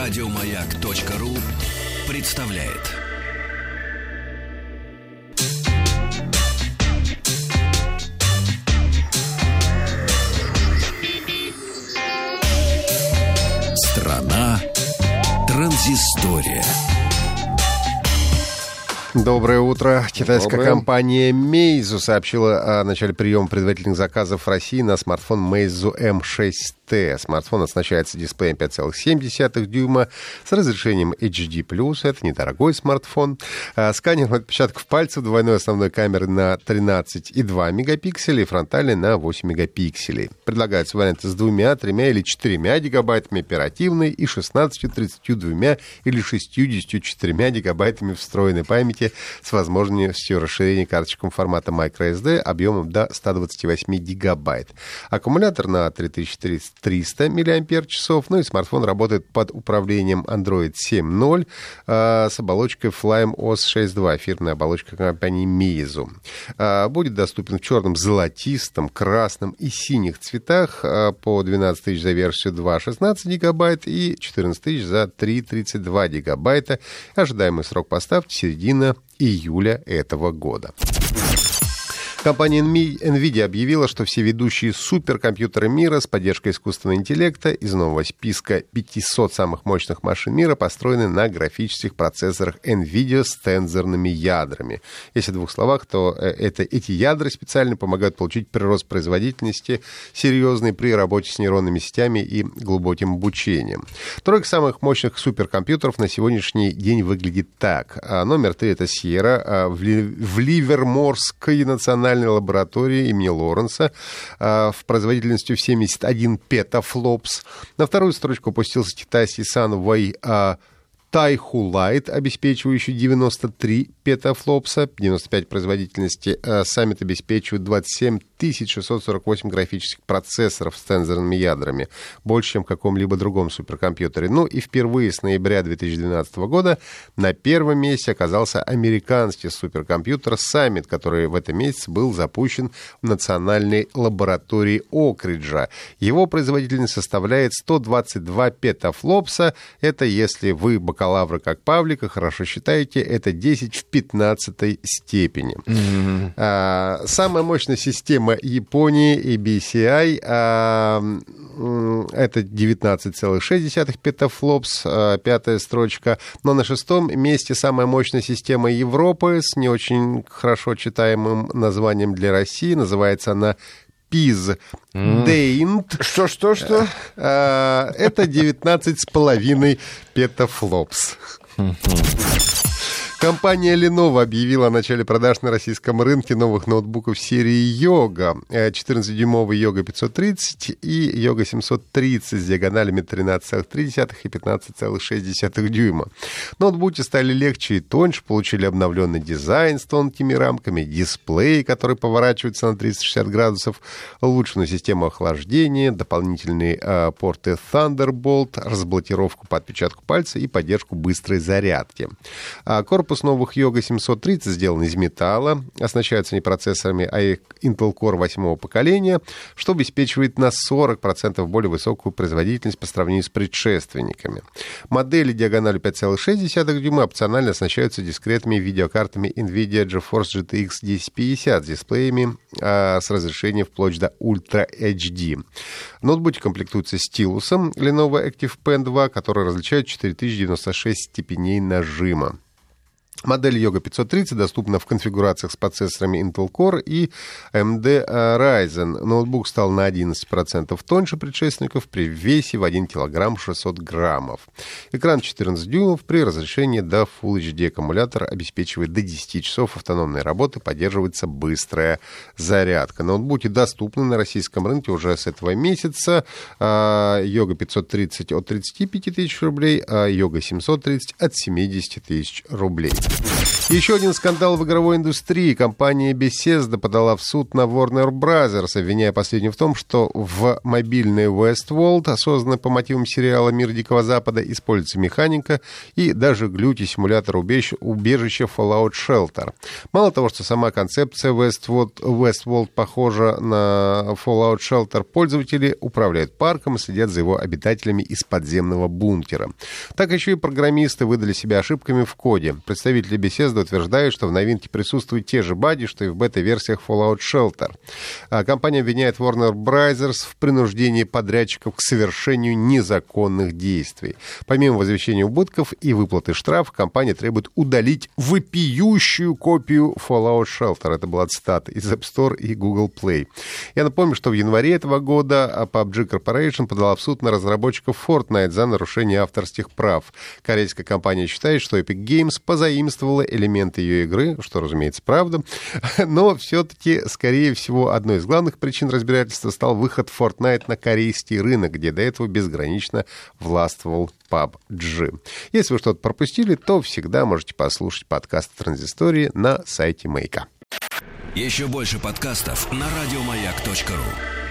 Радиомаяк.ру представляет. Страна транзистория. Доброе утро. Китайская компания Meizu сообщила о начале приема предварительных заказов в России на смартфон Meizu M6T. Смартфон оснащается дисплеем 5,7 дюйма с разрешением HD+. Это недорогой смартфон. Сканер отпечатков пальцев, двойной основной камеры на 13,2 мегапикселя и фронтальной на 8 мегапикселей. Предлагаются варианты с 2, 3 или 4 гигабайтами оперативной и 16, 32 или 64 гигабайтами встроенной памяти с возможностью расширения карточком формата microSD объемом до 128 гигабайт. Аккумулятор на 3300 мАч, ну и смартфон работает под управлением Android 7.0 с оболочкой Flyme OS 6.2, фирменная оболочка компании Meizu. Будет доступен в черном, золотистом, красном и синих цветах по 12 тысяч за версию 2,16 гигабайт и 14 тысяч за 3,32 гигабайта. Ожидаемый срок поставки — середина июля этого года. Компания NVIDIA объявила, что все ведущие суперкомпьютеры мира с поддержкой искусственного интеллекта из нового списка 500 самых мощных машин мира построены на графических процессорах NVIDIA с тензорными ядрами. Если в двух словах, то эти ядра специально помогают получить прирост производительности серьезный при работе с нейронными сетями и глубоким обучением. Тройка самых мощных суперкомпьютеров на сегодняшний день выглядит так. Номер 3 — это Sierra в Ливерморской национальной лаборатории имени Лоренса в производительностью в 71 петафлопс. На вторую строчку опустился китайский Sunway Taihu Lite, обеспечивающий 93 петафлопса, 95 производительности. Summit обеспечивает 27 648 графических процессоров с тензорными ядрами, больше, чем в каком-либо другом суперкомпьютере. Ну и впервые с ноября 2012 года на первом месте оказался американский суперкомпьютер Summit, который в этом месяце был запущен в национальной лаборатории Окриджа. Его производительность составляет 122 петафлопса. Это, если вы бакалавры, как Павлика, хорошо считаете, это 10 в 15 степени. Самая мощная система Японии, ABCI, это 19,6 петафлопс, пятая строчка. Но на шестом месте самая мощная система Европы с не очень хорошо читаемым названием для России. Называется она PIZ Daint. Что? Это 19,5 петафлопс. Компания Lenovo объявила о начале продаж на российском рынке новых ноутбуков серии Yoga. 14-дюймовый Yoga 530 и Yoga 730 с диагоналями 13,3 и 15,6 дюйма. Ноутбуки стали легче и тоньше, получили обновленный дизайн с тонкими рамками, дисплей, который поворачивается на 360 градусов, улучшенную систему охлаждения, дополнительные порты Thunderbolt, разблокировку по отпечатку пальца и поддержку быстрой зарядки. Корпус новых Yoga 730 сделан из металла, оснащаются они процессорами Intel Core 8-го поколения, что обеспечивает на 40% более высокую производительность по сравнению с предшественниками. Модели диагональю 5,6 дюйма опционально оснащаются дискретными видеокартами NVIDIA GeForce GTX 1050 с дисплеями с разрешением вплоть до Ultra HD. Ноутбуки комплектуются стилусом Lenovo Active Pen 2, который различает 4096 степеней нажима. Модель Yoga 530 доступна в конфигурациях с процессорами Intel Core и AMD Ryzen. Ноутбук стал на 11% тоньше предшественников при весе в 1 кг 600 граммов. Экран 14 дюймов при разрешении до Full HD. Аккумулятор обеспечивает до 10 часов автономной работы, поддерживается быстрая зарядка. Ноутбуки доступны на российском рынке уже с этого месяца. Yoga 530 от 35 тысяч рублей, а Yoga 730 от 70 тысяч рублей. Еще один скандал в игровой индустрии. Компания Bethesda подала в суд на Warner Bros., обвиняя последнюю в том, что в мобильной Westworld, созданной по мотивам сериала «Мир Дикого Запада», используется механика и даже глюки-симулятор убежища Fallout Shelter. Мало того, что сама концепция Westworld похожа на Fallout Shelter, пользователи управляют парком и следят за его обитателями из подземного бункера. Так еще и программисты выдали себя ошибками в коде. Представители Bethesda утверждают, что в новинке присутствуют те же баги, что и в бета-версиях Fallout Shelter. Компания обвиняет Warner Bros. В принуждении подрядчиков к совершению незаконных действий. Помимо возвещения убытков и выплаты штрафов, компания требует удалить вопиющую копию Fallout Shelter. Это была цитата из App Store и Google Play. Я напомню, что в январе этого года PUBG Corporation подала в суд на разработчиков Fortnite за нарушение авторских прав. Корейская компания считает, что Epic Games позаимствовала элементы ее игры, что, разумеется, правда. Но все-таки, скорее всего, одной из главных причин разбирательства стал выход Fortnite на корейский рынок, где до этого безгранично властвовал PUBG. Если вы что-то пропустили, то всегда можете послушать подкаст «Транзистории» на сайте Маяка. Еще больше подкастов на радиомаяк.ру.